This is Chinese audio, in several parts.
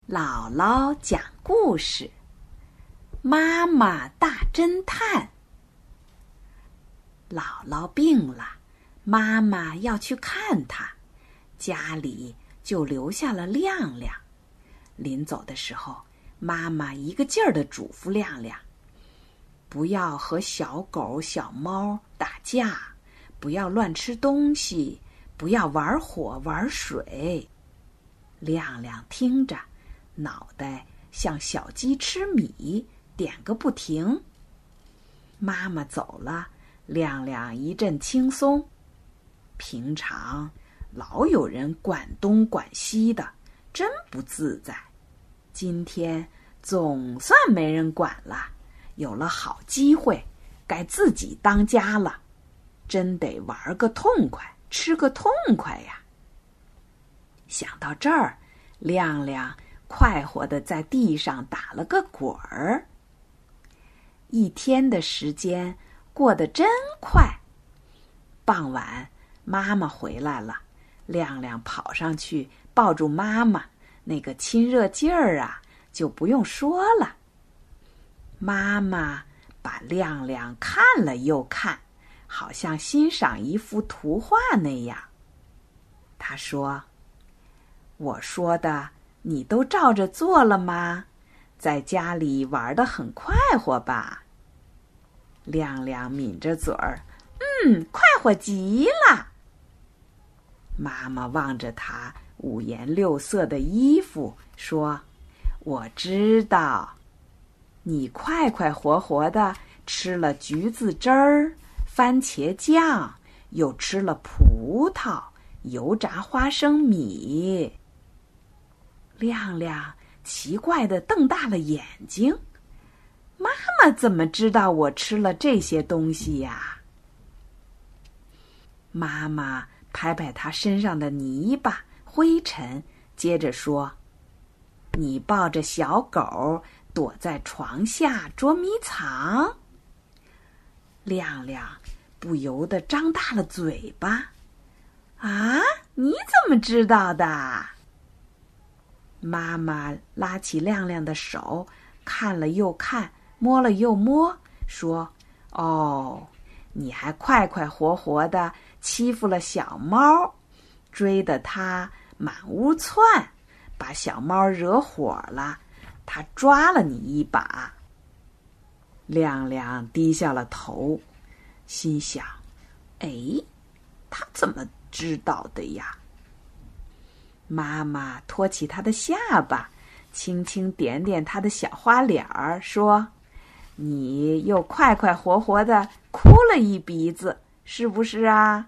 姥姥讲故事，妈妈大侦探。姥姥病了，妈妈要去看她，家里就留下了亮亮。临走的时候，妈妈一个劲儿地嘱咐亮亮，不要和小狗、小猫打架，不要乱吃东西，不要玩火玩水。亮亮听着，脑袋像小鸡吃米，点个不停。妈妈走了，亮亮一阵轻松。平常老有人管东管西的，真不自在。今天总算没人管了，有了好机会，该自己当家了，真得玩个痛快，吃个痛快呀！想到这儿，亮亮快活地在地上打了个滚儿。一天的时间过得真快。傍晚，妈妈回来了，亮亮跑上去抱住妈妈，那个亲热劲儿啊，就不用说了。妈妈把亮亮看了又看，好像欣赏一幅图画那样。她说：“我说的你都照着做了吗？在家里玩得很快活吧？”亮亮抿着嘴儿，快活极了。妈妈望着他五颜六色的衣服，说：“我知道，你快快活活的吃了橘子汁儿、番茄酱，又吃了葡萄、油炸花生米。”亮亮奇怪地瞪大了眼睛，妈妈怎么知道我吃了这些东西呀？妈妈拍拍他身上的泥巴、灰尘，接着说：“你抱着小狗躲在床下捉迷藏。”亮亮不由得张大了嘴巴：“啊，你怎么知道的？”妈妈拉起亮亮的手，看了又看，摸了又摸，说：“哦，你还快快活活的欺负了小猫，追得它满屋窜，把小猫惹火了，它抓了你一把。”亮亮低下了头，心想：“哎，他怎么知道的呀？”妈妈托起他的下巴，轻轻点点他的小花脸儿，说：“你又快快活活的哭了一鼻子，是不是啊？”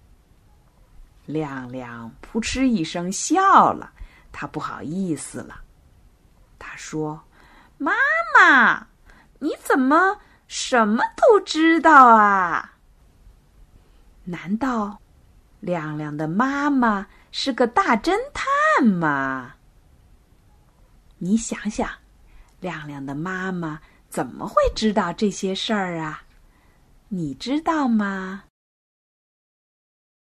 亮亮扑哧一声笑了，他不好意思了。他说：“妈妈，你怎么什么都知道啊？”难道亮亮的妈妈是个大侦探吗？你想想，亮亮的妈妈怎么会知道这些事儿啊？你知道吗？